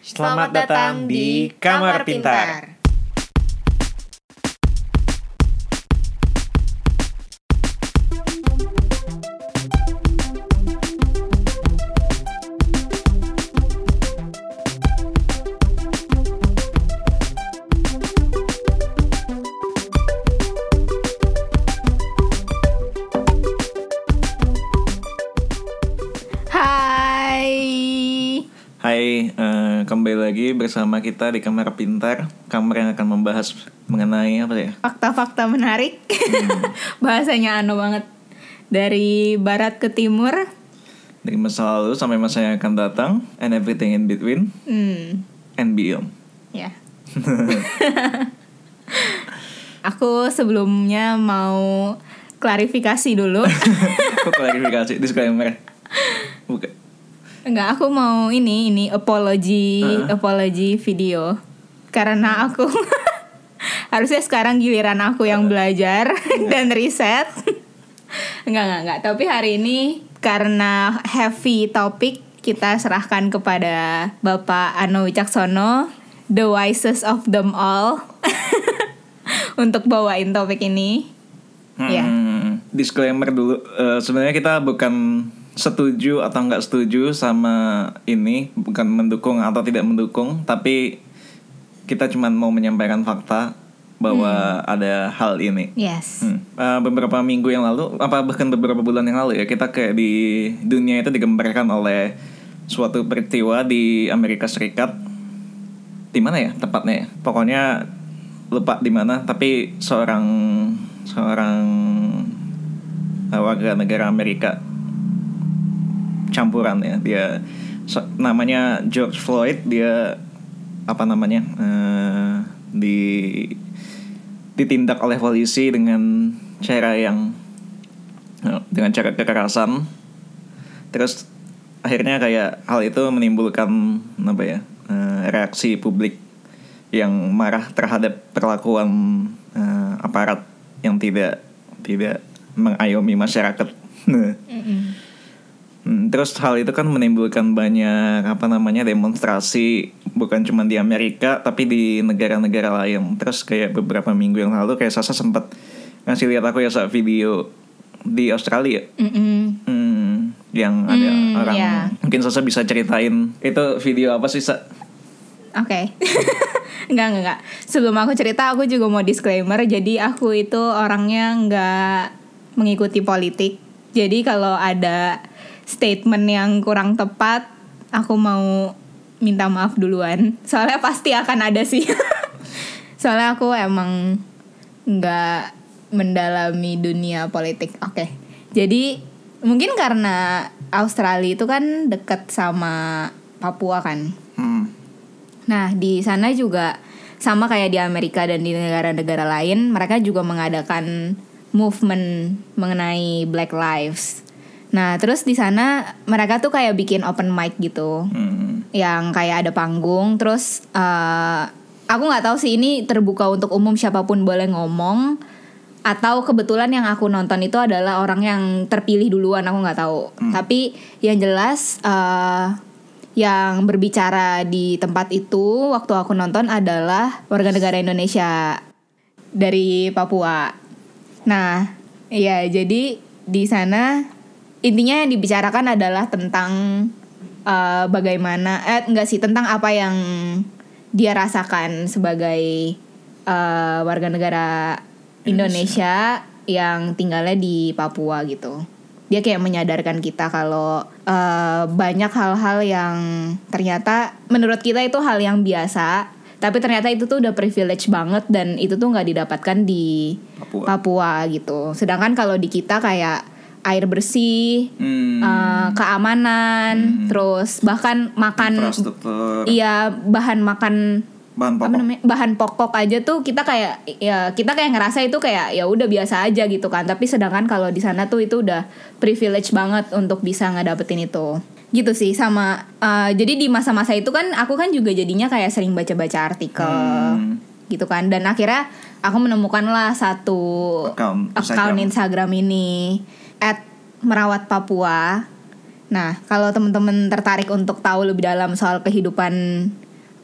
Selamat datang di Kamar Pintar. Hai, kembali lagi bersama kita di Kamar Pintar. Kamar yang akan membahas mengenai apa ya? Fakta-fakta menarik. Bahasanya banget. Dari barat ke timur, Dari masa lalu sampai masa yang akan datang, and everything in between, and beyond. ya. Aku sebelumnya mau klarifikasi dulu. Kok klarifikasi? Disclaimer. Bukan. Enggak, aku mau ini apology video. Karena aku harusnya sekarang giliran aku yang belajar dan riset. Enggak. Tapi hari ini karena heavy topik, kita serahkan kepada Bapak Ano Wicaksono, the wisest of them all, untuk bawain topik ini. Disclaimer dulu. Sebenarnya kita bukan setuju atau nggak setuju sama ini, bukan mendukung atau tidak mendukung, tapi kita cuma mau menyampaikan fakta bahwa ada hal ini. Yes. Beberapa minggu yang lalu, bahkan beberapa bulan yang lalu ya, kita kayak di dunia itu digembarkan oleh suatu peristiwa di Amerika Serikat. Di mana ya tepatnya ya? Pokoknya lupa di mana, tapi seorang warga negara Amerika campuran ya, dia namanya George Floyd, dia ditindak oleh polisi dengan cara kekerasan. Terus akhirnya kayak hal itu menimbulkan reaksi publik yang marah terhadap perlakuan aparat yang tidak mengayomi masyarakat. Terus hal itu kan menimbulkan banyak demonstrasi, bukan cuma di Amerika tapi di negara-negara lain. Terus kayak beberapa minggu yang lalu kayak Sasa sempat ngasih lihat aku ya video di Australia. Yang ada orang, mungkin Sasa bisa ceritain itu video apa sih, Sa? Oke. Enggak. Sebelum aku cerita, aku juga mau disclaimer. Jadi aku itu orangnya enggak mengikuti politik. Jadi kalau ada statement yang kurang tepat, aku mau minta maaf duluan. Soalnya pasti akan ada sih. Soalnya aku emang gak mendalami dunia politik. Oke. Jadi mungkin karena Australia itu kan dekat sama Papua kan. Nah di sana juga sama kayak di Amerika dan di negara-negara lain, mereka juga mengadakan movement mengenai Black Lives. Nah terus di sana mereka tuh kayak bikin open mic gitu, yang kayak ada panggung. Terus aku nggak tahu sih ini terbuka untuk umum, siapapun boleh ngomong, atau kebetulan yang aku nonton itu adalah orang yang terpilih duluan, aku nggak tahu. Tapi yang jelas yang berbicara di tempat itu waktu aku nonton adalah warga negara Indonesia dari Papua. Nah iya, jadi di sana intinya yang dibicarakan adalah tentang tentang apa yang dia rasakan sebagai warga negara Indonesia yang tinggalnya di Papua gitu. Dia kayak menyadarkan kita kalau banyak hal-hal yang ternyata menurut kita itu hal yang biasa, tapi ternyata itu tuh udah privilege banget dan itu tuh nggak didapatkan di Papua gitu. Sedangkan kalau di kita kayak air bersih, keamanan, terus bahkan makan, bahan pokok aja tuh kita kayak ngerasa itu kayak ya udah biasa aja gitu kan. Tapi sedangkan kalau di sana tuh itu udah privilege banget untuk bisa ngedapetin itu. Gitu sih. Sama jadi di masa-masa itu kan aku kan juga jadinya kayak sering baca-baca artikel gitu kan. Dan akhirnya aku menemukanlah satu account Instagram ini @merawat Papua. Nah, kalau teman-teman tertarik untuk tahu lebih dalam soal kehidupan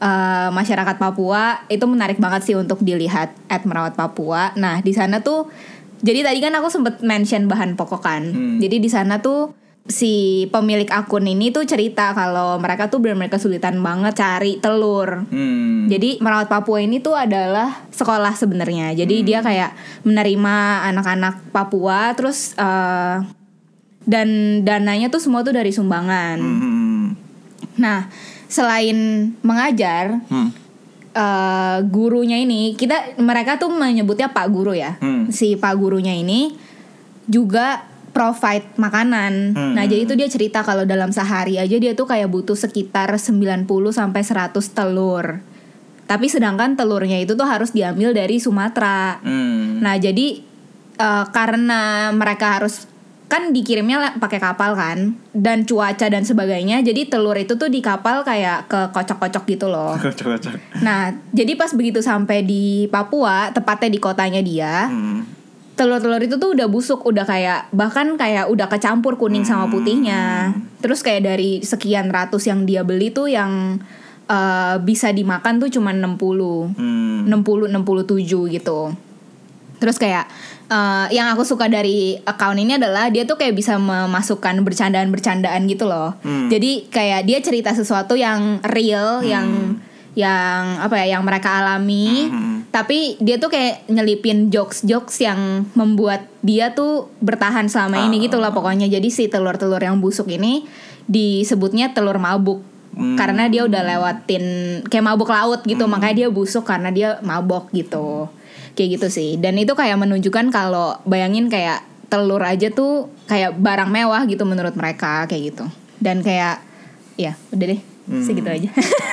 masyarakat Papua itu menarik banget sih untuk dilihat @merawat Papua. Nah di sana tuh, jadi tadi kan aku sempet mention bahan pokok kan. Jadi di sana tuh si pemilik akun ini tuh cerita kalau mereka tuh benar-benar kesulitan banget cari telur. Jadi merawat Papua ini tuh adalah sekolah sebenarnya. Jadi dia kayak menerima anak-anak Papua, terus dan dananya tuh semua tuh dari sumbangan. Nah selain mengajar, gurunya ini mereka tuh menyebutnya Pak Guru ya. Si Pak Gurunya ini juga provide makanan. Nah jadi itu dia cerita kalau dalam sehari aja dia tuh kayak butuh sekitar 90 sampai 100 telur. Tapi sedangkan telurnya itu tuh harus diambil dari Sumatera. Nah jadi karena mereka harus, kan dikirimnya pakai kapal kan, dan cuaca dan sebagainya, jadi telur itu tuh di kapal kayak kekocok-kocok gitu loh. Nah jadi pas begitu sampai di Papua, tepatnya di kotanya dia, telur-telur itu tuh udah busuk, udah kayak bahkan kayak udah kecampur kuning sama putihnya. Terus kayak dari sekian ratus yang dia beli tuh yang bisa dimakan tuh cuma 67 gitu. Terus kayak yang aku suka dari account ini adalah dia tuh kayak bisa memasukkan bercandaan-bercandaan gitu loh. Jadi kayak dia cerita sesuatu yang real, yang apa ya, yang mereka alami. Tapi dia tuh kayak nyelipin jokes-jokes yang membuat dia tuh bertahan selama ini gitu lah pokoknya. Jadi si telur-telur yang busuk ini disebutnya telur mabuk. Karena dia udah lewatin kayak mabuk laut gitu, makanya dia busuk karena dia mabok gitu. Kayak gitu sih. Dan itu kayak menunjukkan kalau, bayangin kayak telur aja tuh kayak barang mewah gitu menurut mereka, kayak gitu. Dan kayak ya udah deh, segitu aja.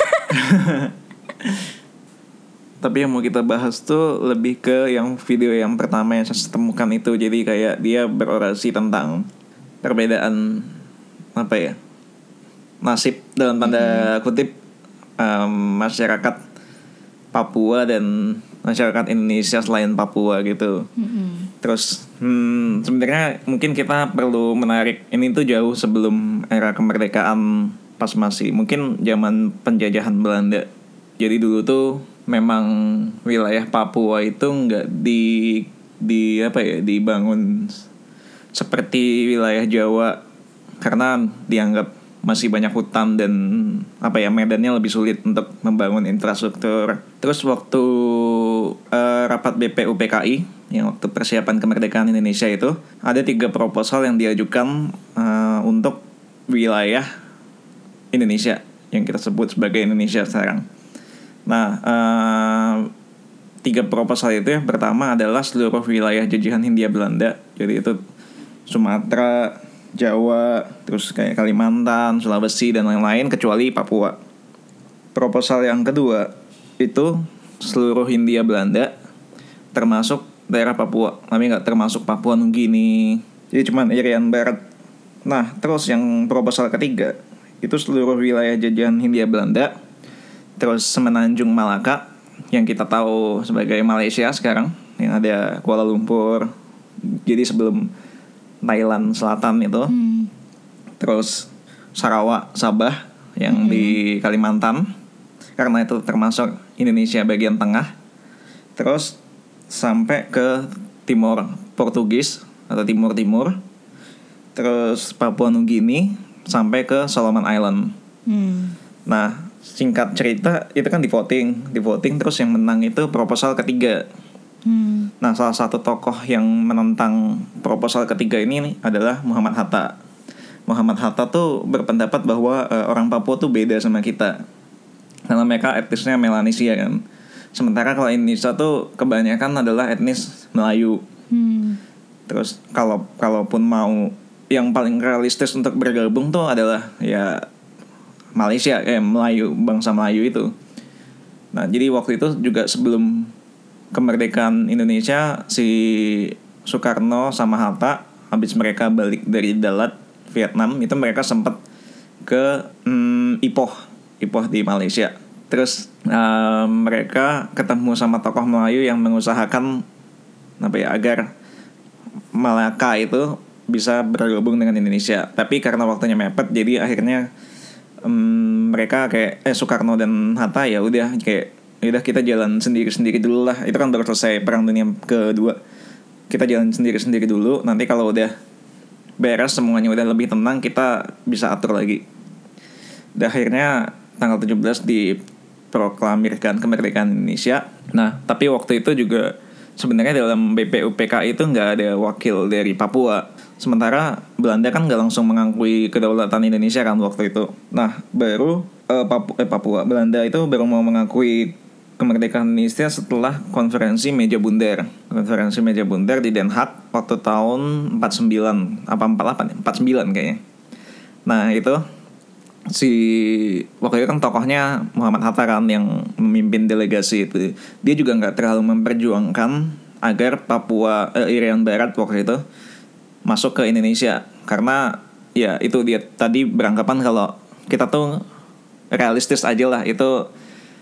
Tapi yang mau kita bahas tuh lebih ke yang video yang pertama yang saya temukan itu. Jadi kayak dia berorasi tentang perbedaan apa ya, nasib dalam tanda kutip masyarakat Papua dan masyarakat Indonesia selain Papua gitu. Terus sebenarnya mungkin kita perlu menarik ini tuh jauh sebelum era kemerdekaan, pas masih mungkin zaman penjajahan Belanda. Jadi dulu tuh memang wilayah Papua itu nggak dibangun seperti wilayah Jawa karena dianggap masih banyak hutan dan medannya lebih sulit untuk membangun infrastruktur. Terus waktu rapat BPUPKI yang waktu persiapan kemerdekaan Indonesia itu ada 3 proposal yang diajukan untuk wilayah Indonesia yang kita sebut sebagai Indonesia sekarang. Nah, 3 proposal itu yang pertama adalah seluruh wilayah jajahan Hindia Belanda. Jadi itu Sumatera, Jawa, terus kayak Kalimantan, Sulawesi dan lain-lain kecuali Papua. Proposal yang kedua itu seluruh Hindia Belanda termasuk daerah Papua, tapi nggak termasuk Papua Nugini. Jadi cuma Irian Barat. Nah, terus yang proposal ketiga itu seluruh wilayah jajahan Hindia Belanda, terus Semenanjung Malaka yang kita tahu sebagai Malaysia sekarang, yang ada Kuala Lumpur. Jadi sebelum Thailand Selatan itu. Terus Sarawak, Sabah yang di Kalimantan, karena itu termasuk Indonesia bagian tengah. Terus sampai ke Timor Portugis atau Timur-Timur. Terus Papua Nugini sampai ke Solomon Island. Nah, singkat cerita itu kan di voting terus yang menang itu proposal ketiga. Nah, salah satu tokoh yang menentang proposal ketiga ini adalah Muhammad Hatta. Muhammad Hatta tuh berpendapat bahwa orang Papua tuh beda sama kita, karena mereka etnisnya Melanesia kan. Sementara kalau Indonesia tuh kebanyakan adalah etnis Melayu. Terus kalaupun mau yang paling realistis untuk bergabung tuh adalah ya Malaysia, Melayu, bangsa Melayu itu. Nah, jadi waktu itu juga sebelum kemerdekaan Indonesia, si Soekarno sama Hatta habis mereka balik dari Dalat, Vietnam, itu mereka sempat ke Ipoh di Malaysia. Terus mereka ketemu sama tokoh Melayu yang mengusahakan agar Malaka itu bisa bergabung dengan Indonesia. Tapi karena waktunya mepet, jadi akhirnya mereka kayak Soekarno dan Hatta ya udah kayak udah kita jalan sendiri-sendiri dulu lah. Itu kan baru selesai Perang Dunia Kedua. Kita jalan sendiri-sendiri dulu. Nanti kalau udah beres semuanya udah lebih tenang, kita bisa atur lagi. Dan akhirnya tanggal 17 diproklamirkan kemerdekaan Indonesia. Nah, tapi waktu itu juga sebenarnya dalam BPUPK itu nggak ada wakil dari Papua. Sementara Belanda kan nggak langsung mengakui kedaulatan Indonesia kan waktu itu. Nah, baru Papua Belanda itu baru mau mengakui kemerdekaan Indonesia setelah konferensi meja bundar. Konferensi meja bundar di Den Haag waktu tahun 49 apa 48 ya? 49 kayaknya. Nah, itu waktu itu kan tokohnya Muhammad Hatta kan yang memimpin delegasi itu. Dia juga nggak terlalu memperjuangkan agar Papua Irian Barat waktu itu masuk ke Indonesia, karena ya itu dia tadi beranggapan kalau kita tuh realistis aja lah, itu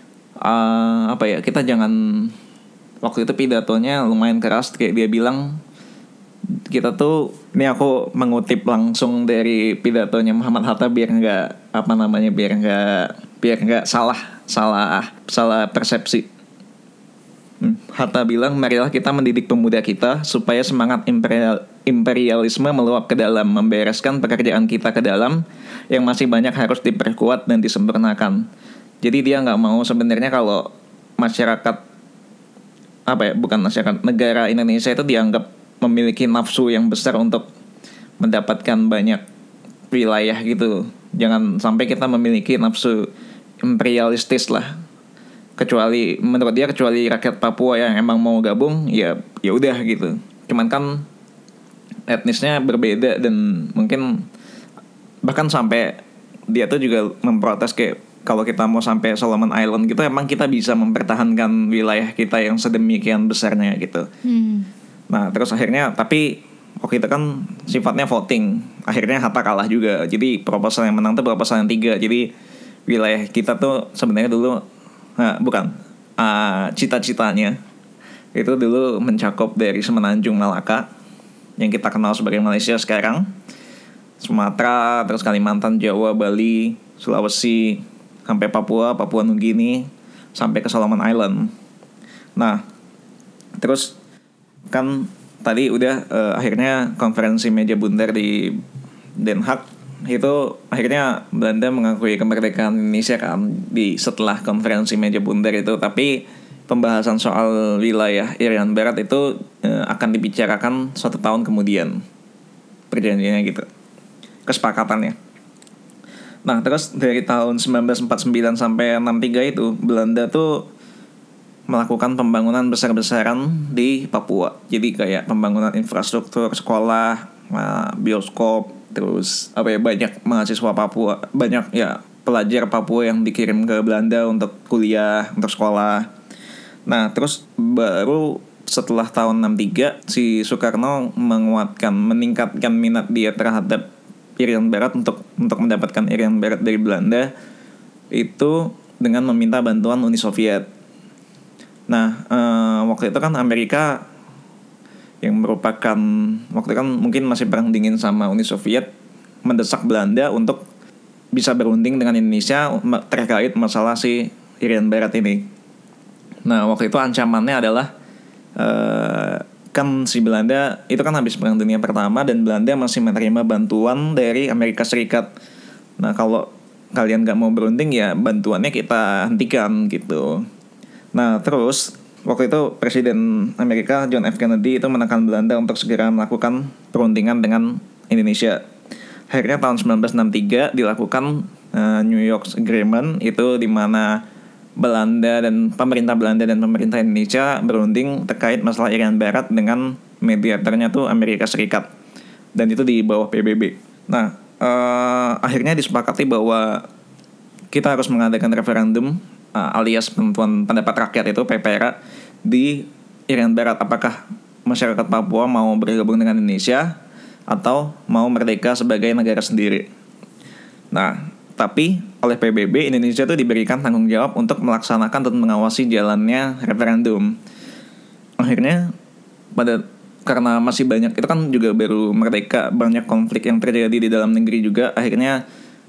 kita jangan, waktu itu pidatonya lumayan keras, kayak dia bilang kita tuh, ini aku mengutip langsung dari pidatonya Muhammad Hatta biar nggak salah persepsi. Hatta bilang, marilah kita mendidik pemuda kita supaya semangat imperialisme meluap ke dalam, membereskan pekerjaan kita ke dalam yang masih banyak harus diperkuat dan disempurnakan. Jadi dia nggak mau sebenarnya kalau negara Indonesia itu dianggap memiliki nafsu yang besar untuk mendapatkan banyak wilayah gitu. Jangan sampai kita memiliki nafsu imperialistis lah. Menurut dia kecuali rakyat Papua yang emang mau gabung, ya udah gitu. Cuman kan etnisnya berbeda, dan mungkin bahkan sampai dia tuh juga memprotes kayak kalau kita mau sampai Solomon Island gitu, emang kita bisa mempertahankan wilayah kita yang sedemikian besarnya gitu. Nah, terus akhirnya, tapi waktu itu kan sifatnya voting, akhirnya Hatta kalah juga. Jadi proposal yang menang tuh proposal yang 3. Jadi wilayah kita tuh sebenarnya dulu cita-citanya itu dulu mencakup dari Semenanjung Malaka yang kita kenal sebagai Malaysia sekarang, Sumatera, terus Kalimantan, Jawa, Bali, Sulawesi, sampai Papua Nugini, sampai ke Solomon Island. Nah, terus kan tadi udah akhirnya konferensi meja bundar di Den Haag itu akhirnya Belanda mengakui kemerdekaan Indonesia kan setelah konferensi meja bundar itu. Tapi pembahasan soal wilayah Irian Barat itu akan dibicarakan 1 tahun kemudian, perjanjiannya gitu, kesepakatannya. Nah, terus dari tahun 1949 sampai 63 itu Belanda tuh melakukan pembangunan besar-besaran di Papua. Jadi kayak pembangunan infrastruktur, sekolah, bioskop, terus banyak mahasiswa Papua, banyak ya pelajar Papua yang dikirim ke Belanda untuk kuliah, untuk sekolah. Nah, terus baru setelah tahun 63 si Soekarno meningkatkan minat dia terhadap Irian Barat untuk mendapatkan Irian Barat dari Belanda itu dengan meminta bantuan Uni Soviet. Nah, waktu itu kan Amerika yang merupakan waktu kan mungkin masih perang dingin sama Uni Soviet mendesak Belanda untuk bisa berunding dengan Indonesia terkait masalah si Irian Barat ini. Nah, waktu itu ancamannya adalah kan si Belanda itu kan habis Perang Dunia Pertama dan Belanda masih menerima bantuan dari Amerika Serikat. Nah, kalau kalian gak mau berunding ya bantuannya kita hentikan gitu. Nah, terus waktu itu Presiden Amerika John F. Kennedy itu menekan Belanda untuk segera melakukan perundingan dengan Indonesia. Akhirnya tahun 1963 dilakukan New York Agreement, itu di mana pemerintah Belanda dan pemerintah Indonesia berunding terkait masalah Irian Barat dengan mediatornya tuh Amerika Serikat. Dan itu di bawah PBB. Nah, akhirnya disepakati bahwa kita harus mengadakan referendum alias penentuan pendapat rakyat itu PPRA di Irian Barat, apakah masyarakat Papua mau bergabung dengan Indonesia atau mau merdeka sebagai negara sendiri. Nah, tapi oleh PBB Indonesia itu diberikan tanggung jawab untuk melaksanakan dan mengawasi jalannya referendum. Akhirnya karena masih banyak, itu kan juga baru merdeka, banyak konflik yang terjadi di dalam negeri juga. Akhirnya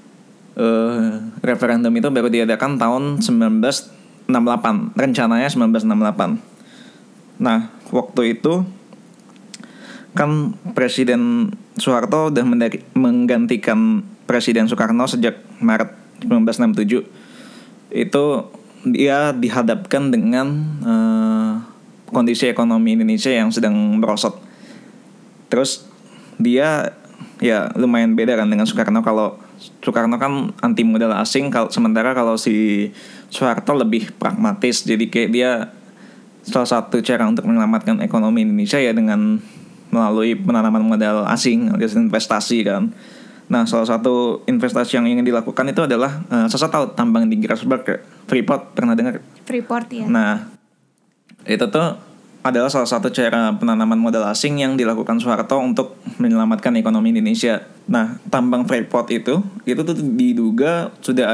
referendum itu baru diadakan tahun 1968, rencananya 1968. Nah, waktu itu kan Presiden Soeharto udah menggantikan Presiden Soekarno sejak Maret 1967. Itu dia dihadapkan dengan kondisi ekonomi Indonesia yang sedang merosot. Terus dia ya lumayan beda kan dengan Soekarno. Kalau Soekarno kan anti modal asing, sementara kalau si Soeharto lebih pragmatis. Jadi kayak dia salah satu cara untuk menyelamatkan ekonomi Indonesia ya dengan melalui penanaman modal asing alias investasi kan. Nah, salah satu investasi yang ingin dilakukan itu adalah saya tahu tambang di Grasberg, Freeport, pernah dengar? Freeport ya. Nah, itu tuh adalah salah satu cara penanaman modal asing yang dilakukan Soeharto untuk menyelamatkan ekonomi Indonesia. Nah, tambang Freeport itu tuh diduga sudah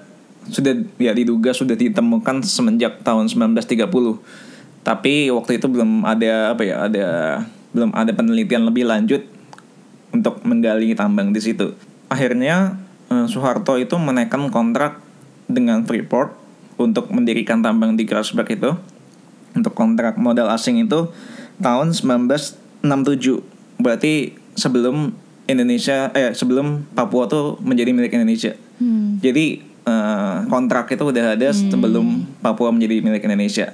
ditemukan semenjak tahun 1930. Tapi waktu itu belum ada penelitian lebih lanjut untuk menggali tambang di situ. Akhirnya Soeharto itu menaikkan kontrak dengan Freeport untuk mendirikan tambang di Grasberg itu. Untuk kontrak modal asing itu tahun 1967. Berarti sebelum Papua tuh menjadi milik Indonesia. Jadi kontrak itu udah ada sebelum Papua menjadi milik Indonesia.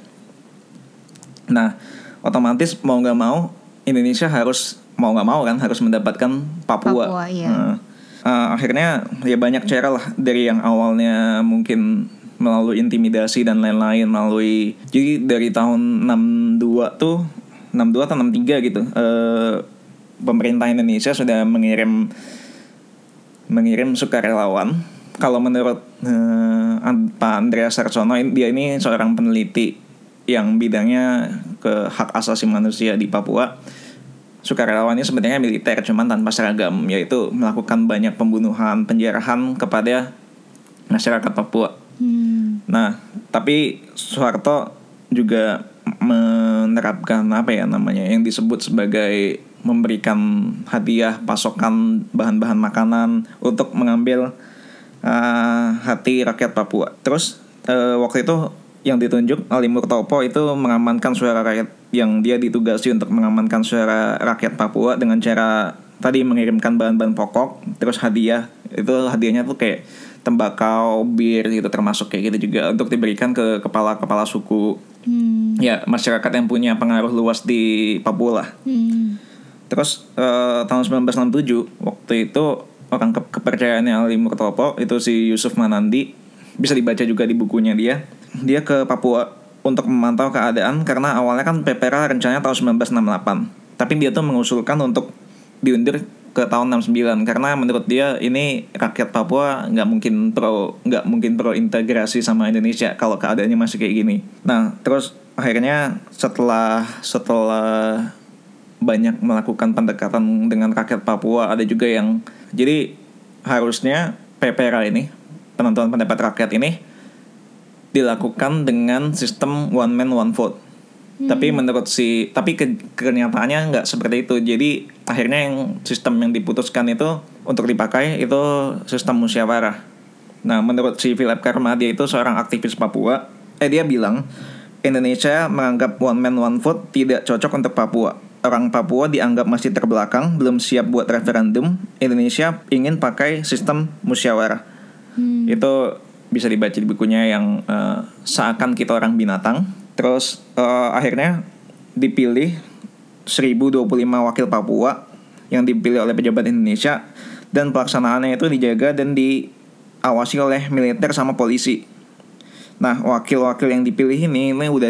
Nah, otomatis mau nggak mau Indonesia harus mendapatkan Papua. Iya. Akhirnya ya banyak cara lah, dari yang awalnya mungkin melalui intimidasi dan lain-lain, jadi dari tahun 62 atau 63 gitu, pemerintah Indonesia sudah mengirim sukarelawan. Kalau menurut Pak Andreas Sarsono, dia ini seorang peneliti yang bidangnya ke hak asasi manusia di Papua. Sukarelawannya sebenarnya militer, cuman tanpa seragam, yaitu melakukan banyak pembunuhan, penjarahan kepada masyarakat Papua. Nah, tapi Soeharto juga menerapkan yang disebut sebagai memberikan hadiah pasokan bahan-bahan makanan untuk mengambil hati rakyat Papua. Terus waktu itu yang ditunjuk Ali Murtopo itu mengamankan suara rakyat, yang dia ditugasi untuk mengamankan suara rakyat Papua dengan cara tadi mengirimkan bahan-bahan pokok, terus hadiahnya tuh kayak tembakau, bir gitu, termasuk kayak gitu juga untuk diberikan ke kepala suku. Ya, masyarakat yang punya pengaruh luas di Papua lah. Terus tahun 1967 waktu itu orang kepercayaannya Ali Murtopo itu si Yusuf Manandi, bisa dibaca juga di bukunya dia ke Papua untuk memantau keadaan, karena awalnya kan PPRA rencananya tahun 1968, tapi dia tuh mengusulkan untuk diundur ke tahun 69 karena menurut dia ini rakyat Papua nggak mungkin pro integrasi sama Indonesia kalau keadaannya masih kayak gini. Nah, terus akhirnya setelah banyak melakukan pendekatan dengan rakyat Papua, ada juga yang jadi harusnya PPRA ini, penentuan pendapat rakyat ini, dilakukan dengan sistem one man one vote. Tapi kenyataannya nggak seperti itu. Jadi akhirnya sistem yang diputuskan itu untuk dipakai itu sistem musyawarah. Nah, menurut si Philip Karma, dia itu seorang aktivis Papua. Dia bilang Indonesia menganggap one man one vote tidak cocok untuk Papua. Orang Papua dianggap masih terbelakang, belum siap buat referendum. Indonesia ingin pakai sistem musyawarah. Itu bisa dibaca di bukunya yang Seakan Kita Orang Binatang. Terus akhirnya dipilih 1025 wakil Papua yang dipilih oleh pejabat Indonesia, dan pelaksanaannya itu dijaga dan diawasi oleh militer sama polisi. Nah, wakil-wakil yang dipilih ini udah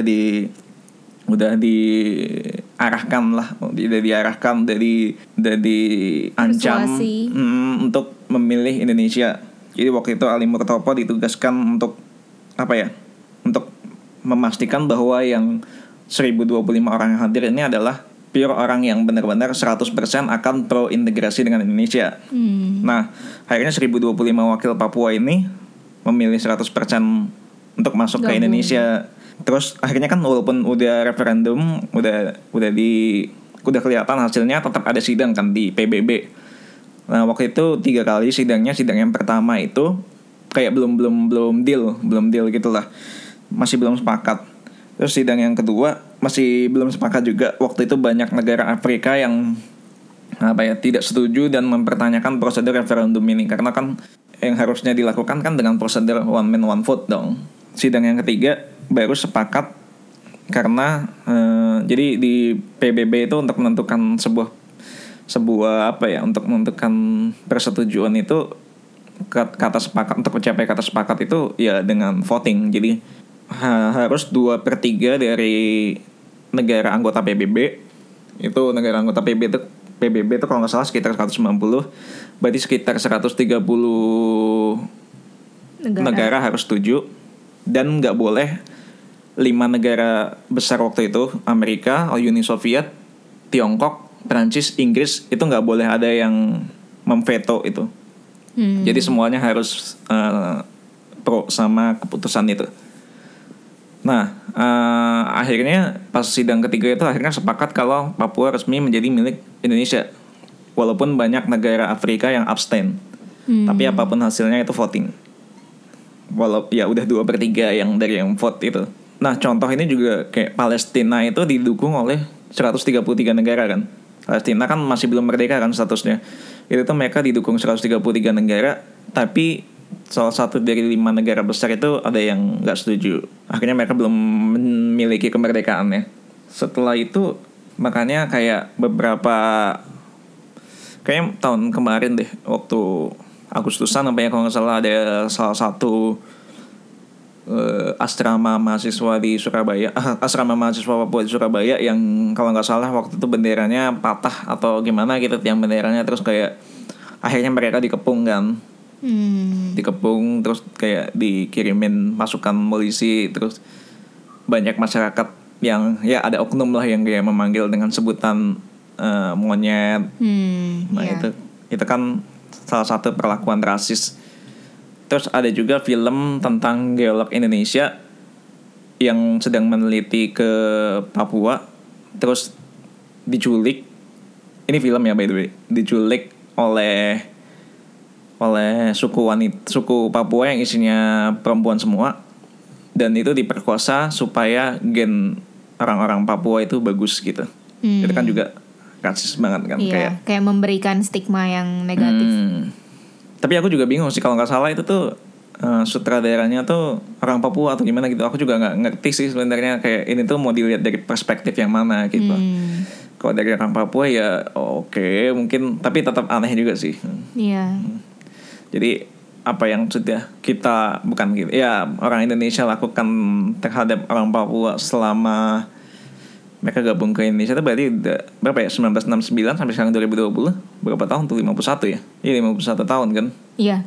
diarahkan, diancam untuk memilih Indonesia. Jadi waktu itu Ali Murtopo ditugaskan untuk untuk memastikan bahwa yang 1025 orang yang hadir ini adalah pure orang yang benar-benar 100% akan pro integrasi dengan Indonesia. Nah, akhirnya 1025 wakil Papua ini memilih 100% untuk masuk ke Indonesia. Terus akhirnya kan walaupun udah referendum, udah kelihatan hasilnya, tetap ada sidang kan di PBB. Nah waktu itu 3 kali sidangnya. Sidang yang pertama itu kayak belum deal gitulah, masih belum sepakat. Terus sidang yang kedua masih belum sepakat juga. Waktu itu banyak negara Afrika yang tidak setuju dan mempertanyakan prosedur referendum ini, karena kan yang harusnya dilakukan kan dengan prosedur one man one vote dong. Sidang yang ketiga baru sepakat karena jadi di PBB itu untuk menentukan untuk menentukan persetujuan itu kata sepakat, untuk mencapai kata sepakat itu ya dengan voting. Jadi harus 2/3 dari negara anggota PBB. Itu negara anggota PBB itu kalau nggak salah sekitar 190, berarti sekitar 130 negara harus setuju. Dan nggak boleh 5 negara besar waktu itu, Amerika, Uni Soviet, Tiongkok, Perancis, Inggris, itu nggak boleh ada yang memveto itu. Jadi semuanya harus pro sama keputusan itu. Nah, akhirnya pas sidang ketiga itu akhirnya sepakat kalau Papua resmi menjadi milik Indonesia. Walaupun banyak negara Afrika yang abstain. Tapi apapun hasilnya itu voting. Walau ya udah 2/3 yang dari yang vote itu. Nah, contoh ini juga kayak Palestina itu didukung oleh 133 negara kan. Palestina kan masih belum merdeka kan statusnya. Itu tuh mereka didukung 133 negara, tapi salah satu dari 5 negara besar itu ada yang nggak setuju. Akhirnya mereka belum memiliki kemerdekaannya. Setelah itu makanya kayak kayaknya tahun kemarin deh, waktu Agustusan apa ya kalau nggak salah, ada salah satu asrama mahasiswa di Surabaya, asrama mahasiswa Papua di Surabaya yang kalau nggak salah waktu itu benderanya patah atau gimana gitu tiang benderanya, terus kayak akhirnya mereka dikepung kan. Dikepung terus kayak dikirimin pasukan polisi, terus banyak masyarakat yang ya ada oknum lah yang kayak memanggil dengan sebutan monyet. Nah itu kan salah satu perlakuan rasis. Terus ada juga film tentang geolog Indonesia yang sedang meneliti ke Papua, terus diculik. Ini film ya by the way, diculik oleh suku Papua yang isinya perempuan semua, dan itu diperkosa supaya gen orang-orang Papua itu bagus gitu. Itu kan juga rasis banget kan. Iya, kayak memberikan stigma yang negatif. Tapi aku juga bingung sih, kalau nggak salah itu tuh sutradaranya tuh orang Papua atau gimana gitu. Aku juga nggak ngerti sih sebenarnya, kayak ini tuh mau dilihat dari perspektif yang mana gitu. Kalau dari orang Papua ya oke, mungkin, tapi tetap aneh juga sih. Iya. Jadi apa yang sudah kita, bukan gitu ya, orang Indonesia lakukan terhadap orang Papua selama mereka gabung ke Indonesia itu berarti berapa ya, 1969 sampai sekarang 2020, berapa tahun tuh? 51 ya? Iya 51 tahun kan? Iya.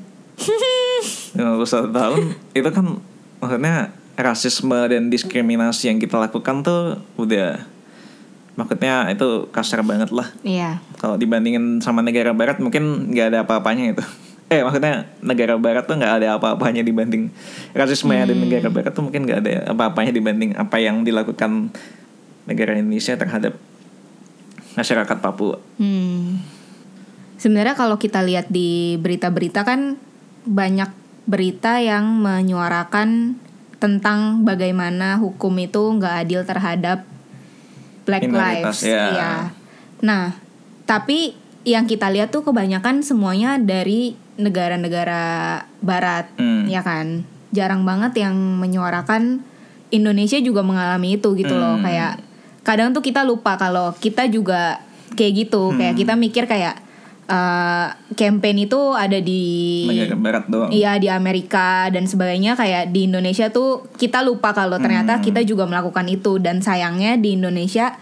51 tahun itu kan maksudnya rasisme dan diskriminasi yang kita lakukan tuh udah, maksudnya itu kasar banget lah. Iya. Kalau dibandingin sama negara barat mungkin nggak ada apa-apanya itu. Maksudnya negara barat tuh nggak ada apa-apanya dibanding rasisme di negara barat tuh, mungkin nggak ada apa-apanya dibanding apa yang dilakukan negara Indonesia terhadap masyarakat Papua. Sebenarnya kalau kita lihat di berita-berita kan banyak berita yang menyuarakan tentang bagaimana hukum itu nggak adil terhadap Black Lives. Ya. Nah, tapi yang kita lihat tuh kebanyakan semuanya dari negara-negara Barat, ya kan. Jarang banget yang menyuarakan Indonesia juga mengalami itu gitu loh. Kayak kadang tuh kita lupa kalau kita juga kayak gitu. Kayak kita mikir kayak campaign itu ada di negara Barat doang. Iya, di Amerika dan sebagainya. Kayak di Indonesia tuh kita lupa kalau ternyata kita juga melakukan itu. Dan sayangnya di Indonesia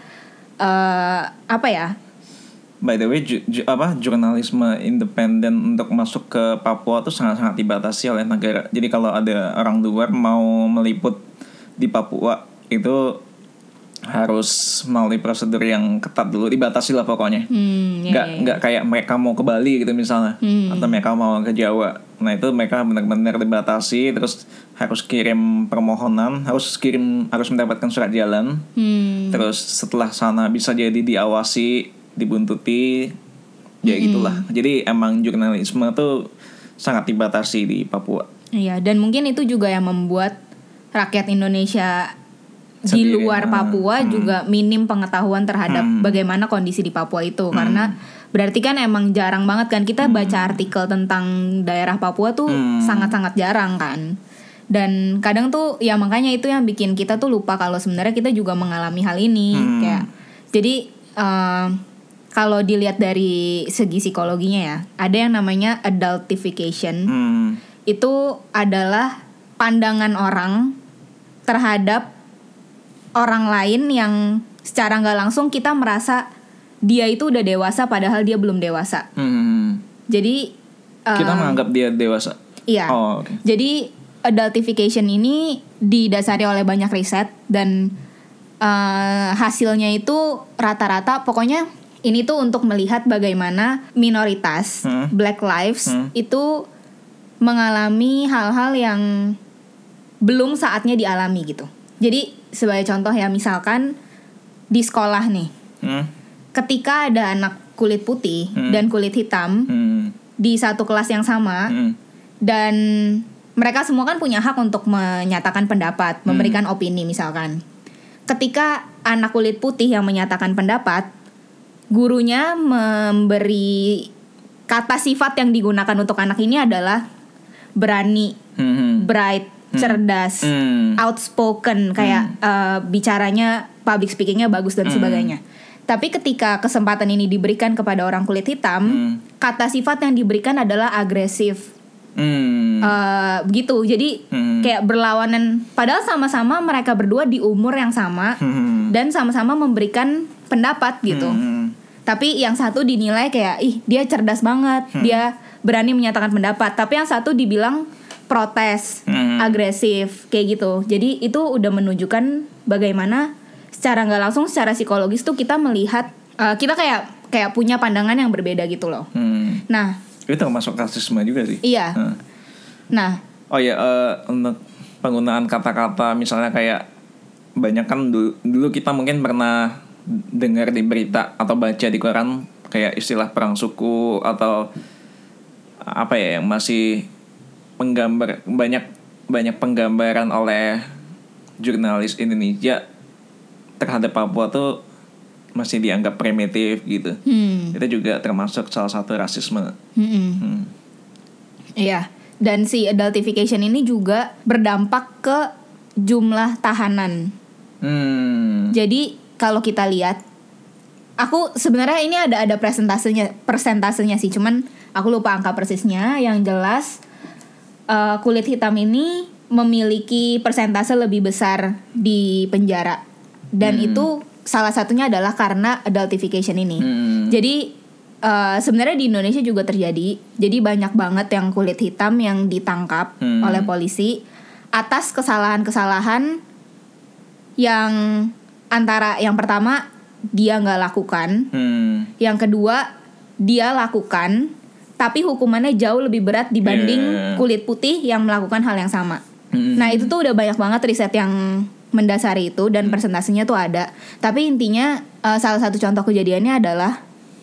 by the way, jurnalisme independen untuk masuk ke Papua tuh sangat-sangat dibatasi oleh negara. Jadi kalau ada orang luar mau meliput di Papua itu harus melalui prosedur yang ketat dulu, dibatasi lah pokoknya. Nggak kayak mereka mau ke Bali gitu misalnya, atau mereka mau ke Jawa. Nah itu mereka benar-benar dibatasi, terus harus kirim permohonan, harus mendapatkan surat jalan. Terus setelah sana bisa jadi diawasi, dibuntuti, Ya gitulah. Jadi emang jurnalisme tuh sangat dibatasi di Papua. Iya, dan mungkin itu juga yang membuat rakyat Indonesia di Sendiri. luar Papua juga minim pengetahuan terhadap bagaimana kondisi di Papua itu. Karena berarti kan emang jarang banget kan kita baca artikel tentang daerah Papua tuh sangat-sangat jarang kan. Dan kadang tuh ya makanya itu yang bikin kita tuh lupa kalau sebenarnya kita juga mengalami hal ini. Kayak jadi kalau dilihat dari segi psikologinya ya, ada yang namanya adultification. Itu adalah pandangan orang terhadap orang lain yang secara nggak langsung kita merasa dia itu udah dewasa padahal dia belum dewasa. Jadi kita menganggap dia dewasa. Iya. Oh, okay. Jadi adultification ini didasari oleh banyak riset dan hasilnya itu rata-rata pokoknya ini tuh untuk melihat bagaimana minoritas Black Lives itu mengalami hal-hal yang belum saatnya dialami gitu. Jadi sebagai contoh ya, misalkan di sekolah nih, ketika ada anak kulit putih dan kulit hitam di satu kelas yang sama, dan mereka semua kan punya hak untuk menyatakan pendapat, memberikan opini misalkan. Ketika anak kulit putih yang menyatakan pendapat, gurunya memberi kata sifat yang digunakan untuk anak ini adalah berani, bright, cerdas, outspoken, kayak bicaranya, public speakingnya bagus dan sebagainya. Tapi ketika kesempatan ini diberikan kepada orang kulit hitam, kata sifat yang diberikan adalah agresif. Begitu. Jadi kayak berlawanan. Padahal sama-sama mereka berdua di umur yang sama dan sama-sama memberikan pendapat gitu. Tapi yang satu dinilai kayak dia cerdas banget, dia berani menyatakan pendapat. Tapi yang satu dibilang protes, agresif, kayak gitu. Jadi itu udah menunjukkan bagaimana secara nggak langsung, secara psikologis tuh kita melihat kita kayak punya pandangan yang berbeda gitu loh. Nah, itu termasuk rasisme juga sih. Iya. Nah, oh ya, untuk penggunaan kata-kata misalnya kayak banyak kan dulu kita mungkin pernah dengar di berita atau baca di koran kayak istilah perang suku atau apa ya yang masih banyak penggambaran oleh jurnalis Indonesia terhadap Papua tuh masih dianggap primitif gitu. Itu juga termasuk salah satu rasisme. Iya. Dan si adultification ini juga berdampak ke jumlah tahanan. Jadi kalau kita lihat, aku sebenarnya ini ada persentasenya sih, cuman aku lupa angka persisnya. Yang jelas kulit hitam ini memiliki persentase lebih besar di penjara, dan itu salah satunya adalah karena adultification ini. Jadi sebenarnya di Indonesia juga terjadi. Jadi banyak banget yang kulit hitam yang ditangkap oleh polisi atas kesalahan-kesalahan yang antara yang pertama dia nggak lakukan, yang kedua dia lakukan tapi hukumannya jauh lebih berat dibanding kulit putih yang melakukan hal yang sama. Nah itu tuh udah banyak banget riset yang mendasari itu dan persentasenya tuh ada. Tapi intinya salah satu contoh kejadiannya adalah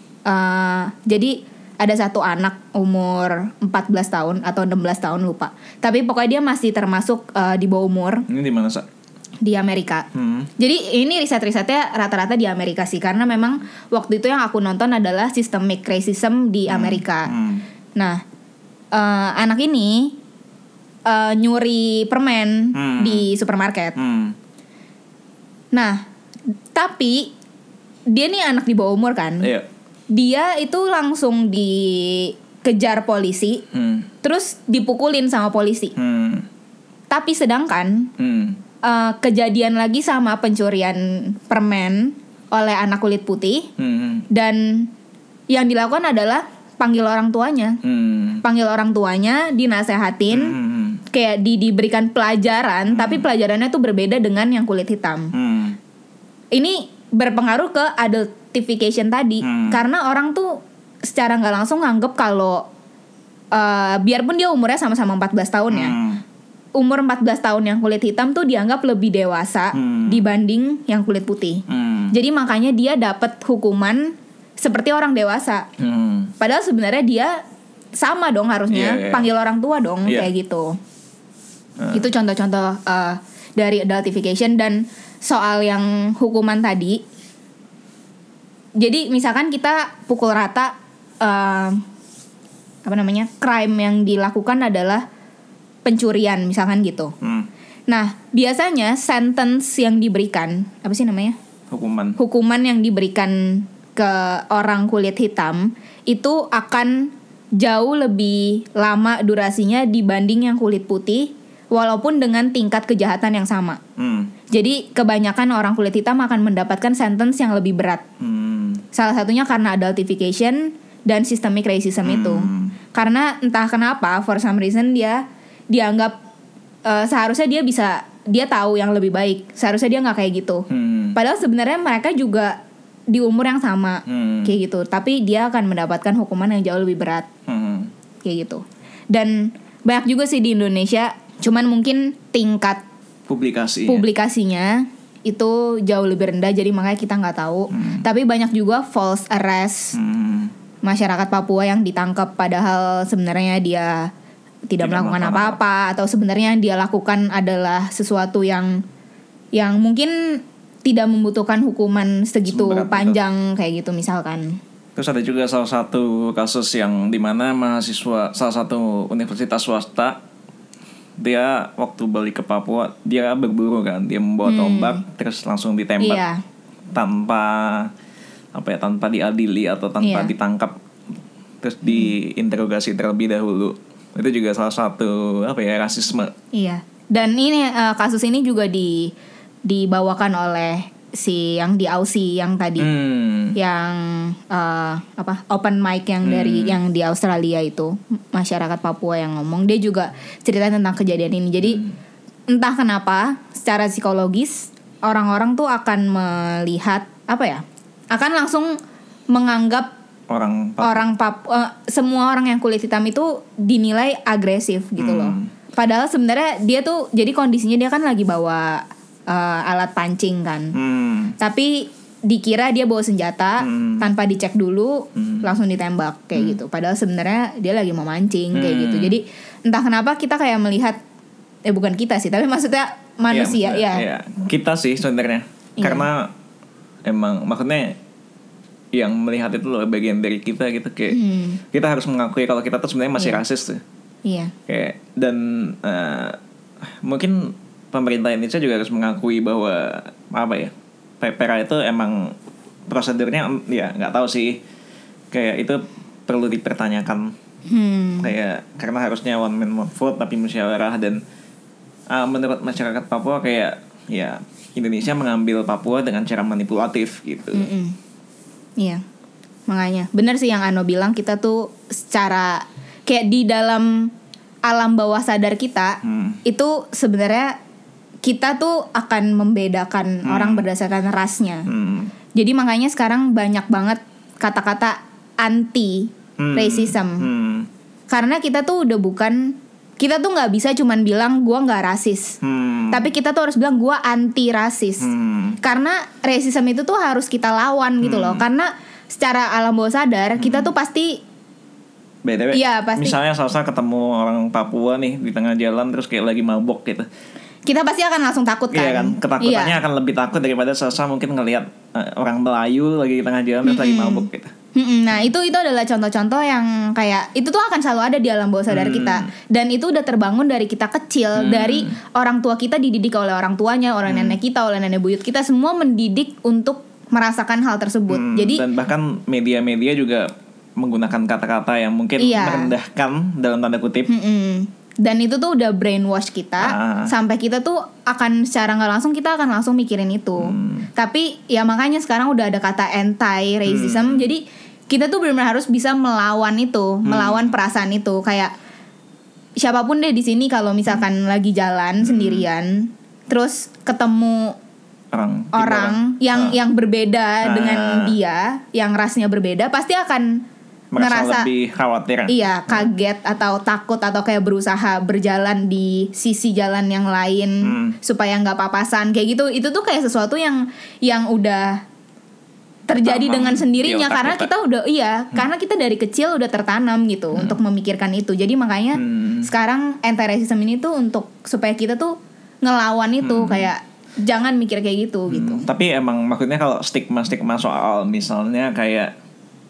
jadi ada satu anak umur 14 tahun atau 16 tahun lupa. Tapi pokoknya dia masih termasuk di bawah umur. Ini di mana, Sa? Di Amerika. Jadi ini riset-risetnya rata-rata di Amerika sih, karena memang waktu itu yang aku nonton adalah systemic racism di Amerika. Nah, anak ini nyuri permen di supermarket. Nah, tapi dia nih anak di bawah umur kan. Iya. Dia itu langsung dikejar polisi, terus dipukulin sama polisi. Tapi sedangkan kejadian lagi sama pencurian permen oleh anak kulit putih, dan yang dilakukan adalah panggil orang tuanya, dinasehatin, kayak diberikan pelajaran, tapi pelajarannya tuh berbeda dengan yang kulit hitam. Ini berpengaruh ke adultification tadi, karena orang tuh secara nggak langsung nganggep kalau biarpun dia umurnya sama-sama 14 tahun ya, umur 14 tahun yang kulit hitam tuh dianggap lebih dewasa dibanding yang kulit putih. Jadi makanya dia dapat hukuman seperti orang dewasa. Padahal sebenarnya dia sama dong harusnya panggil orang tua dong kayak gitu. Itu contoh-contoh dari adultification. Dan soal yang hukuman tadi, jadi misalkan kita pukul rata crime yang dilakukan adalah pencurian misalkan gitu. Nah biasanya sentence yang diberikan hukuman yang diberikan ke orang kulit hitam itu akan jauh lebih lama durasinya dibanding yang kulit putih, walaupun dengan tingkat kejahatan yang sama. Jadi kebanyakan orang kulit hitam akan mendapatkan sentence yang lebih berat. Salah satunya karena adultification dan systemic racism itu. Karena entah kenapa, for some reason dia dianggap seharusnya dia tahu yang lebih baik. Seharusnya dia nggak kayak gitu. Padahal sebenarnya mereka juga di umur yang sama kayak gitu, tapi dia akan mendapatkan hukuman yang jauh lebih berat kayak gitu. Dan banyak juga sih di Indonesia, cuman mungkin tingkat publikasinya itu jauh lebih rendah, jadi makanya kita nggak tahu. Tapi banyak juga false arrest masyarakat Papua yang ditangkap padahal sebenarnya dia tidak melakukan apa-apa, atau sebenarnya yang dia lakukan adalah sesuatu yang mungkin tidak membutuhkan hukuman segitu panjang kayak gitu misalkan. Terus ada juga salah satu kasus yang dimana mahasiswa salah satu universitas swasta, dia waktu balik ke Papua dia berburu kan, dia membawa tombak terus langsung ditembak tanpa diadili atau tanpa ditangkap, terus diinterogasi terlebih dahulu. Itu juga salah satu rasisme. Iya. Dan ini kasus ini juga dibawakan oleh si yang di Aussie yang tadi yang open mic yang dari yang di Australia itu, masyarakat Papua yang ngomong, dia juga cerita tentang kejadian ini. Jadi entah kenapa secara psikologis orang-orang tuh akan melihat akan langsung menganggap semua orang yang kulit hitam itu dinilai agresif gitu loh. Padahal sebenarnya dia tuh, jadi kondisinya dia kan lagi bawa alat pancing kan, tapi dikira dia bawa senjata tanpa dicek dulu, langsung ditembak kayak gitu. Padahal sebenarnya dia lagi mau mancing kayak gitu. Jadi entah kenapa kita kayak melihat, bukan kita sih, tapi maksudnya manusia kita sih sebenarnya, karena emang maksudnya yang melihat itu loh bagian dari kita gitu, kayak kita harus mengakui kalau kita tuh sebenarnya masih rasis tuh. Kayak dan mungkin pemerintah Indonesia juga harus mengakui bahwa PPRA itu emang prosedurnya nggak tahu sih, kayak itu perlu dipertanyakan. Kayak karena harusnya one man one vote tapi musyawarah, dan menurut masyarakat Papua kayak Indonesia mengambil Papua dengan cara manipulatif gitu. Iya, makanya benar sih yang Ano bilang, kita tuh secara kayak di dalam alam bawah sadar kita itu sebenarnya kita tuh akan membedakan orang berdasarkan rasnya. Jadi makanya sekarang banyak banget kata-kata anti racism. Karena kita tuh kita tuh nggak bisa cuman bilang gua nggak rasis, tapi kita tuh harus bilang gua anti rasis. Karena racism itu tuh harus kita lawan gitu loh. Karena secara alam bawah sadar kita tuh pasti BTW, pasti. Misalnya Salsa ketemu orang Papua nih di tengah jalan terus kayak lagi mabok gitu, kita pasti akan langsung takut kan? Iya kan, ketakutannya akan lebih takut daripada Salsa mungkin ngelihat orang Melayu lagi di tengah jalan terus lagi mabok gitu. Nah itu adalah contoh-contoh yang kayak itu tuh akan selalu ada di alam bawah sadar kita, dan itu udah terbangun dari kita kecil, dari orang tua kita dididik oleh orang tuanya, oleh nenek kita, oleh nenek buyut kita, semua mendidik untuk merasakan hal tersebut. Jadi dan bahkan media-media juga menggunakan kata-kata yang mungkin merendahkan dalam tanda kutip. Dan itu tuh udah brainwash kita sampai kita tuh akan secara nggak langsung kita akan langsung mikirin itu. Tapi ya makanya sekarang udah ada kata anti racism. Jadi kita tuh benar-benar harus bisa melawan itu, melawan perasaan itu. Kayak siapapun deh di sini kalau misalkan lagi jalan sendirian, terus ketemu orang yang berbeda dengan dia, yang rasnya berbeda, pasti akan merasa lebih khawatir. Iya, kaget atau takut atau kayak berusaha berjalan di sisi jalan yang lain supaya nggak papasan kayak gitu. Itu tuh kayak sesuatu yang udah terjadi dengan sendirinya di otak karena kita udah karena kita dari kecil udah tertanam gitu untuk memikirkan itu. Jadi makanya sekarang anti-racism ini tuh untuk supaya kita tuh ngelawan itu kayak jangan mikir kayak gitu gitu. Tapi emang maksudnya kalau stigma soal misalnya kayak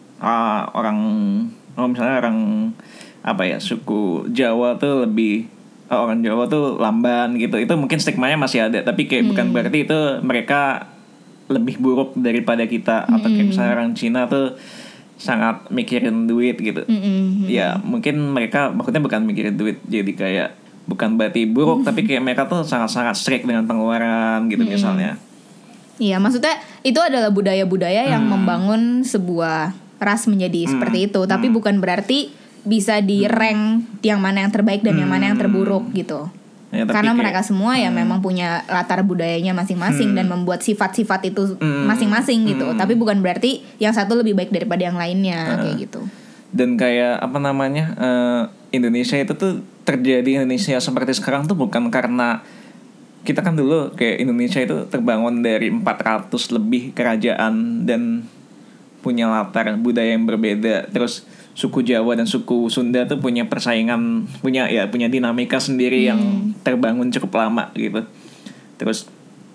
misalnya orang apa ya, suku Jawa tuh lebih orang Jawa tuh lamban gitu, itu mungkin stigmanya masih ada, tapi kayak bukan berarti itu mereka lebih buruk daripada kita. Atau kayak misalnya orang Cina tuh sangat mikirin duit gitu. Ya mungkin mereka maksudnya bukan mikirin duit, jadi kayak bukan berarti buruk, tapi kayak mereka tuh sangat-sangat strict dengan pengeluaran gitu misalnya. Iya, maksudnya itu adalah budaya-budaya yang membangun sebuah ras menjadi seperti itu, tapi bukan berarti bisa di rank yang mana yang terbaik dan yang mana yang terburuk gitu. Ya, karena mereka semua ya memang punya latar budayanya masing-masing dan membuat sifat-sifat itu masing-masing gitu. Tapi bukan berarti yang satu lebih baik daripada yang lainnya kayak gitu. Dan kayak apa namanya, Indonesia itu tuh terjadi Indonesia seperti sekarang tuh bukan karena kita kan dulu kayak Indonesia itu terbangun dari 400 lebih kerajaan dan punya latar budaya yang berbeda. Terus suku Jawa dan suku Sunda tuh punya persaingan, punya dinamika sendiri yang terbangun cukup lama gitu. Terus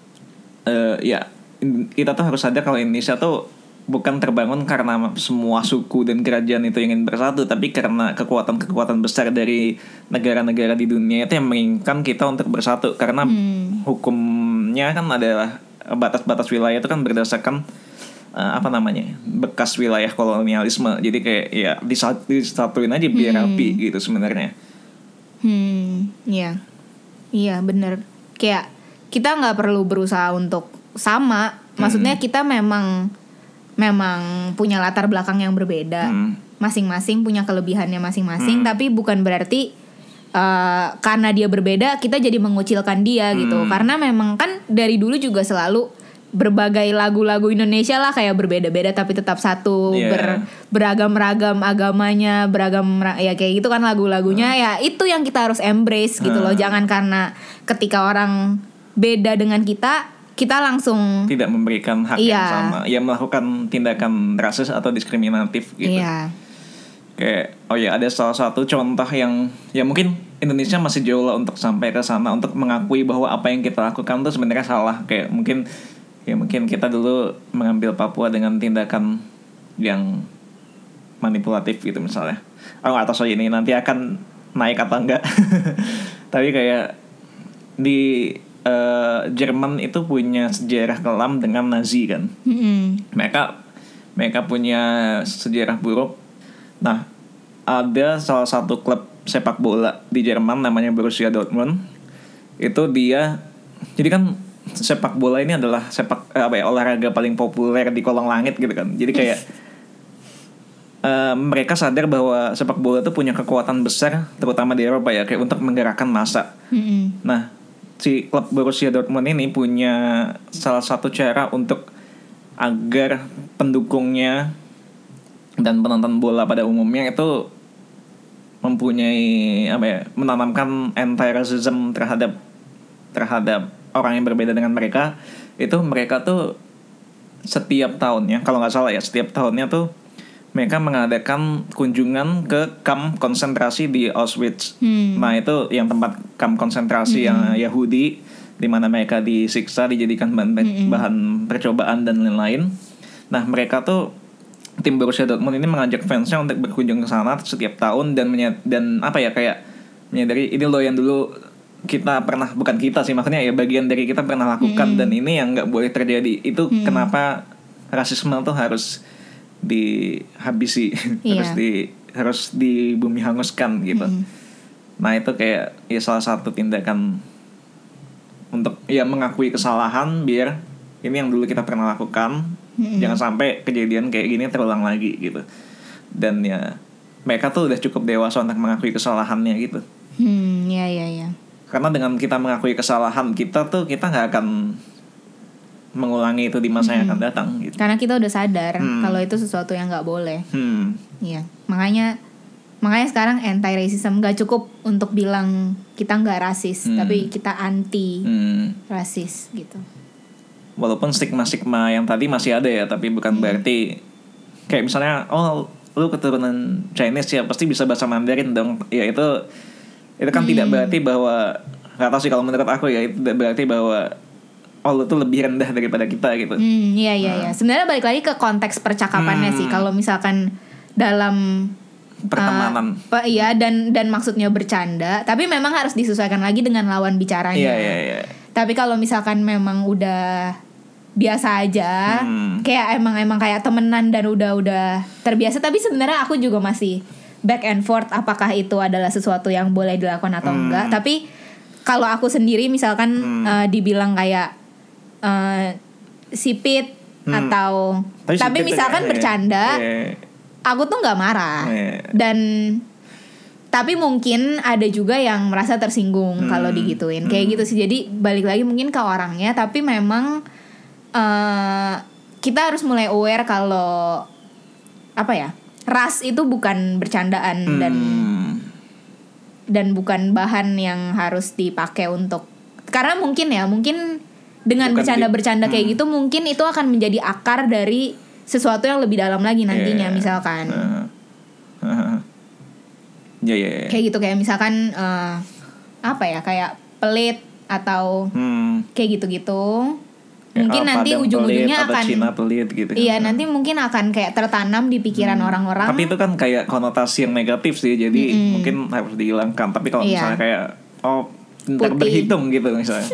kita tuh harus sadar kalau Indonesia tuh bukan terbangun karena semua suku dan kerajaan itu ingin bersatu, tapi karena kekuatan-kekuatan besar dari negara-negara di dunia itu yang menginginkan kita untuk bersatu. Karena hukumnya kan adalah batas-batas wilayah itu kan berdasarkan bekas wilayah kolonialisme. Jadi kayak ya disatuin aja biar rapi gitu sebenarnya. Iya benar. Kayak kita nggak perlu berusaha untuk sama. Maksudnya kita memang punya latar belakang yang berbeda. Masing-masing punya kelebihannya masing-masing. Tapi bukan berarti karena dia berbeda kita jadi mengucilkan dia gitu. Karena memang kan dari dulu juga selalu berbagai lagu-lagu Indonesia lah kayak berbeda-beda tapi tetap satu, beragam-ragam agamanya, ya kayak gitu kan lagu-lagunya. Ya itu yang kita harus embrace gitu loh. Jangan karena ketika orang beda dengan kita langsung tidak memberikan hak yang sama, ya melakukan tindakan rasis atau diskriminatif gitu. Kayak ada salah satu contoh yang ya mungkin Indonesia masih jauh lah untuk sampai ke sana, untuk mengakui bahwa apa yang kita lakukan tuh sebenarnya salah. Kayak mungkin kita dulu mengambil Papua dengan tindakan yang manipulatif gitu misalnya. Aku gak tahu soal ini nanti akan naik atau enggak. Tapi kayak di Jerman itu punya sejarah kelam dengan Nazi kan. Mereka punya sejarah buruk. Nah, ada salah satu klub sepak bola di Jerman namanya Borussia Dortmund. Itu dia, jadi kan sepak bola ini adalah olahraga paling populer di kolong langit gitu kan. Jadi kayak mereka sadar bahwa sepak bola itu punya kekuatan besar, terutama di Eropa ya, kayak untuk menggerakkan massa. Nah, si klub Borussia Dortmund ini punya salah satu cara untuk agar pendukungnya dan penonton bola pada umumnya itu mempunyai menanamkan anti-racism terhadap orang yang berbeda dengan mereka. Itu mereka tuh setiap tahunnya, kalau nggak salah ya, setiap tahunnya tuh mereka mengadakan kunjungan ke kamp konsentrasi di Auschwitz. Nah itu yang tempat kamp konsentrasi yang Yahudi, di mana mereka disiksa, dijadikan bahan percobaan dan lain-lain. Nah mereka tuh, tim Borussia Dortmund ini mengajak fansnya untuk berkunjung ke sana setiap tahun dan kayak menyadari ini loh yang dulu kita pernah, bukan kita sih, maksudnya ya bagian dari kita pernah lakukan dan ini yang nggak boleh terjadi. Itu kenapa rasisme tuh harus dihabisi, harus di bumi hanguskan gitu. Nah itu kayak ya salah satu tindakan untuk ya mengakui kesalahan, biar ini yang dulu kita pernah lakukan, jangan sampai kejadian kayak gini terulang lagi gitu. Dan ya mereka tuh udah cukup dewasa untuk mengakui kesalahannya gitu. Ya. Karena dengan kita mengakui kesalahan kita nggak akan mengulangi itu di masa yang akan datang gitu. Karena kita udah sadar kalau itu sesuatu yang nggak boleh. Iya, makanya sekarang anti-racism nggak cukup untuk bilang kita nggak rasis, tapi kita anti rasis gitu. walaupun stigma-stigma yang tadi masih ada ya, tapi bukan berarti kayak misalnya lu keturunan Chinese ya pasti bisa bahasa Mandarin dong. Ya itu kan tidak berarti bahwa, nggak tahu sih kalau menurut aku ya, itu tidak berarti bahwa lu tuh lebih rendah daripada kita gitu. Iya. Sebenarnya balik lagi ke konteks percakapannya sih. Kalau misalkan dalam pertemanan. Iya, dan maksudnya bercanda, tapi memang harus disesuaikan lagi dengan lawan bicaranya. Iya. Tapi kalau misalkan memang udah biasa aja, kayak emang kayak temenan dan udah terbiasa, tapi sebenarnya aku juga masih back and forth apakah itu adalah sesuatu yang boleh dilakukan atau enggak. Tapi kalau aku sendiri misalkan dibilang kayak sipit atau tapi misalkan bercanda, aku tuh nggak marah. Dan tapi mungkin ada juga yang merasa tersinggung kalau digituin kayak gitu sih. Jadi balik lagi mungkin ke orangnya, tapi memang kita harus mulai aware kalau apa ya, ras itu bukan bercandaan dan bukan bahan yang harus dipakai untuk, karena mungkin dengan bercanda-bercanda kayak gitu mungkin itu akan menjadi akar dari sesuatu yang lebih dalam lagi nantinya. Misalkan kayak gitu, kayak misalkan apa ya, kayak pelit atau kayak gitu-gitu. Mungkin nanti ujung-ujungnya akan Cina pelit gitu. Iya, nanti mungkin akan kayak tertanam di pikiran orang-orang. Tapi itu kan kayak konotasi yang negatif sih, jadi mungkin harus dihilangkan. Tapi kalau misalnya kayak pintar berhitung gitu misalnya.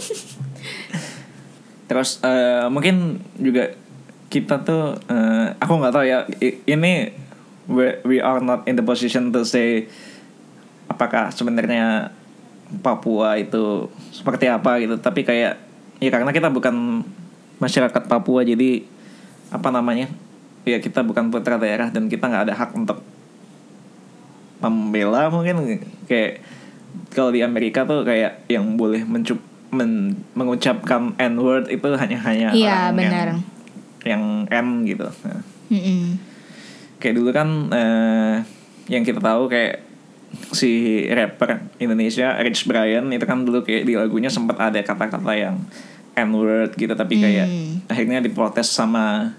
Terus mungkin juga kita tuh aku nggak tahu ya, ini we are not in the position to say apakah sebenarnya Papua itu seperti apa gitu. Tapi kayak ya karena kita bukan masyarakat Papua, jadi apa namanya, ya kita bukan putra daerah dan kita nggak ada hak untuk membela. Mungkin kayak kalau di Amerika tuh kayak yang boleh mengucapkan N-word itu hanya iya, orang benar. yang N gitu. Nah. Kayak dulu kan yang kita tahu kayak si rapper Indonesia Rich Brian itu kan dulu kayak di lagunya sempat ada kata-kata yang N-word gitu, tapi kayak akhirnya diprotes sama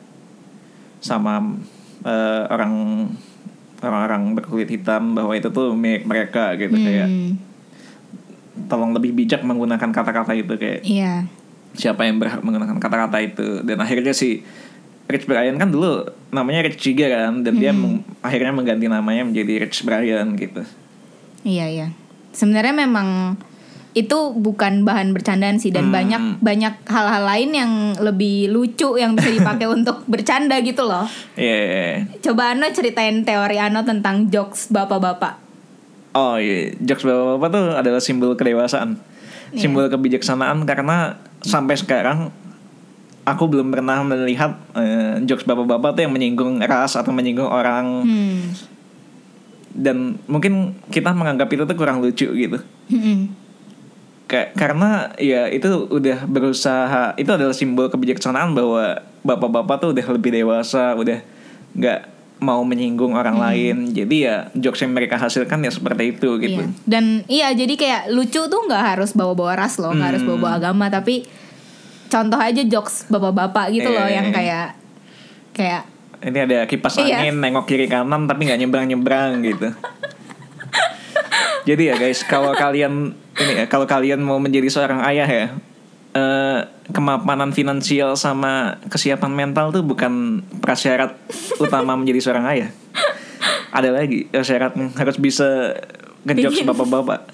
orang berkulit hitam bahwa itu tuh milik mereka gitu. Kayak tolong lebih bijak menggunakan kata-kata itu, kayak siapa yang berhak menggunakan kata-kata itu. Dan akhirnya si Rich Brian kan dulu namanya Rich Chiga kan, dan dia akhirnya mengganti namanya menjadi Rich Brian gitu. Iya. Sebenarnya memang itu bukan bahan bercandaan sih, dan banyak hal-hal lain yang lebih lucu yang bisa dipakai untuk bercanda gitu loh. Iya. Coba Ano ceritain teori Ano tentang jokes bapak-bapak. Oh iya, jokes bapak-bapak tuh adalah simbol kedewasaan, simbol kebijaksanaan, karena sampai sekarang aku belum pernah melihat jokes bapak-bapak tuh yang menyinggung ras atau menyinggung orang. Dan mungkin kita menganggap itu tuh kurang lucu gitu. Karena ya itu udah berusaha, itu adalah simbol kebijaksanaan bahwa bapak-bapak tuh udah lebih dewasa, udah nggak mau menyinggung orang lain. Jadi ya jokes yang mereka hasilkan ya seperti itu gitu. Dan jadi kayak lucu tuh nggak harus bawa-bawa ras loh, nggak harus bawa-bawa agama, tapi contoh aja jokes bapak-bapak gitu loh yang kayak ini ada kipas angin nengok kiri kanan tapi nggak nyebrang gitu. Jadi ya guys, kalau kalian mau menjadi seorang ayah ya, kemapanan finansial sama kesiapan mental tuh bukan prasyarat utama menjadi seorang ayah. Ada lagi syaratnya, harus bisa ngejokes bapak-bapak.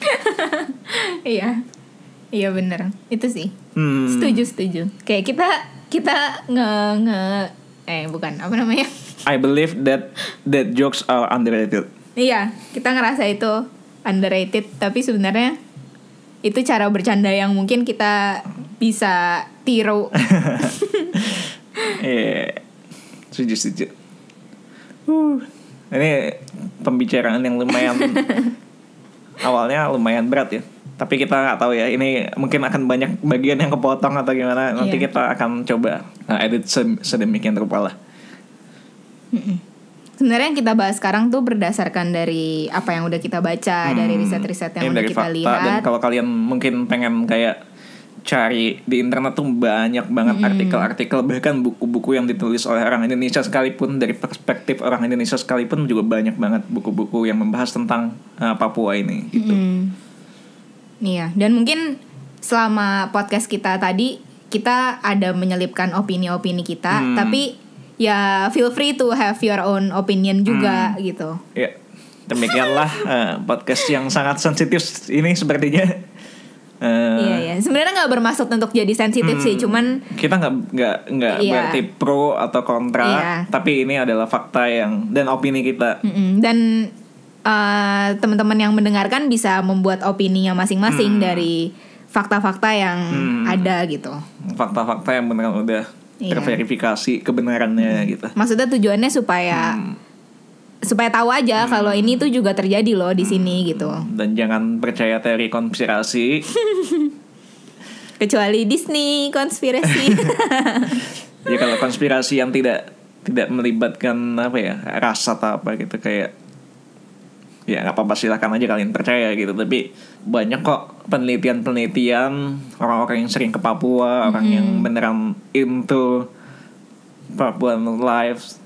Iya bener, itu sih. Setuju. Kayak kita bukan apa namanya? I believe that jokes are underrated. Iya, kita ngerasa itu underrated, tapi sebenarnya itu cara bercanda yang mungkin kita bisa tiru. Setuju. Ini pembicaraan yang lumayan awalnya lumayan berat ya. Tapi kita nggak tahu ya, ini mungkin akan banyak bagian yang kepotong atau gimana. Nanti kita akan coba edit sedemikian rupa lah. Sebenarnya yang kita bahas sekarang tuh berdasarkan dari apa yang udah kita baca, dari riset-riset yang udah kita lihat. Dan kalau kalian mungkin pengen kayak cari di internet tuh banyak banget artikel-artikel, bahkan buku-buku yang ditulis oleh orang Indonesia sekalipun, dari perspektif orang Indonesia sekalipun juga banyak banget buku-buku yang membahas tentang Papua ini gitu. Iya, dan mungkin selama podcast kita tadi kita ada menyelipkan opini-opini kita, tapi ya feel free to have your own opinion juga gitu. Ya, demikianlah podcast yang sangat sensitif ini sepertinya. Iya. Sebenarnya nggak bermaksud untuk jadi sensitif sih, cuman kita nggak berarti pro atau kontra, tapi ini adalah fakta yang dan opini kita. Dan teman-teman yang mendengarkan bisa membuat opininya masing-masing dari fakta-fakta yang ada gitu. Fakta-fakta yang benar udah terverifikasi kebenarannya gitu. Maksudnya tujuannya supaya tahu aja kalau ini tuh juga terjadi loh di sini gitu. Dan jangan percaya teori konspirasi. Kecuali Disney konspirasi. Ya kalau konspirasi yang tidak melibatkan rasa atau apa gitu, kayak ya nggak apa-apa, silakan aja kalian percaya gitu. Tapi banyak kok penelitian orang-orang yang sering ke Papua, orang yang beneran into Papuan lives,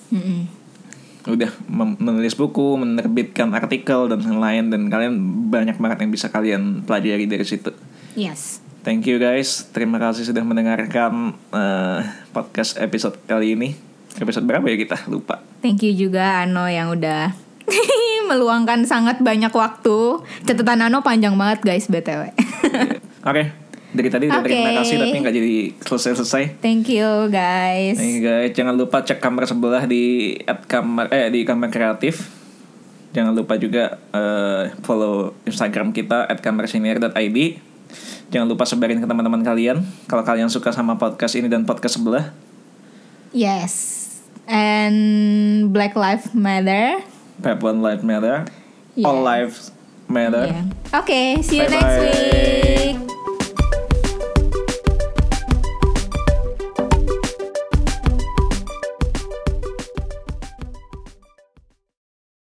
udah menulis buku, menerbitkan artikel dan lain-lain, dan kalian banyak banget yang bisa kalian pelajari dari situ. Yes. Thank you guys, terima kasih sudah mendengarkan podcast episode kali ini. Episode berapa ya kita? Lupa. Thank you juga Ano yang udah meluangkan sangat banyak waktu. Catatan Ano panjang banget guys BTW. Oke. Dari tadi udah terima kasih tapi gak jadi selesai. Thank you guys. Jangan lupa cek kamar sebelah di kamar kreatif. Jangan lupa juga follow Instagram kita @kamersenior.id. Jangan lupa sebarin ke teman-teman kalian kalau kalian suka sama podcast ini dan podcast sebelah. Yes. And Black Lives Matter. Papuan Lives Matter. All lives matter. Okay, see you Bye-bye. next week.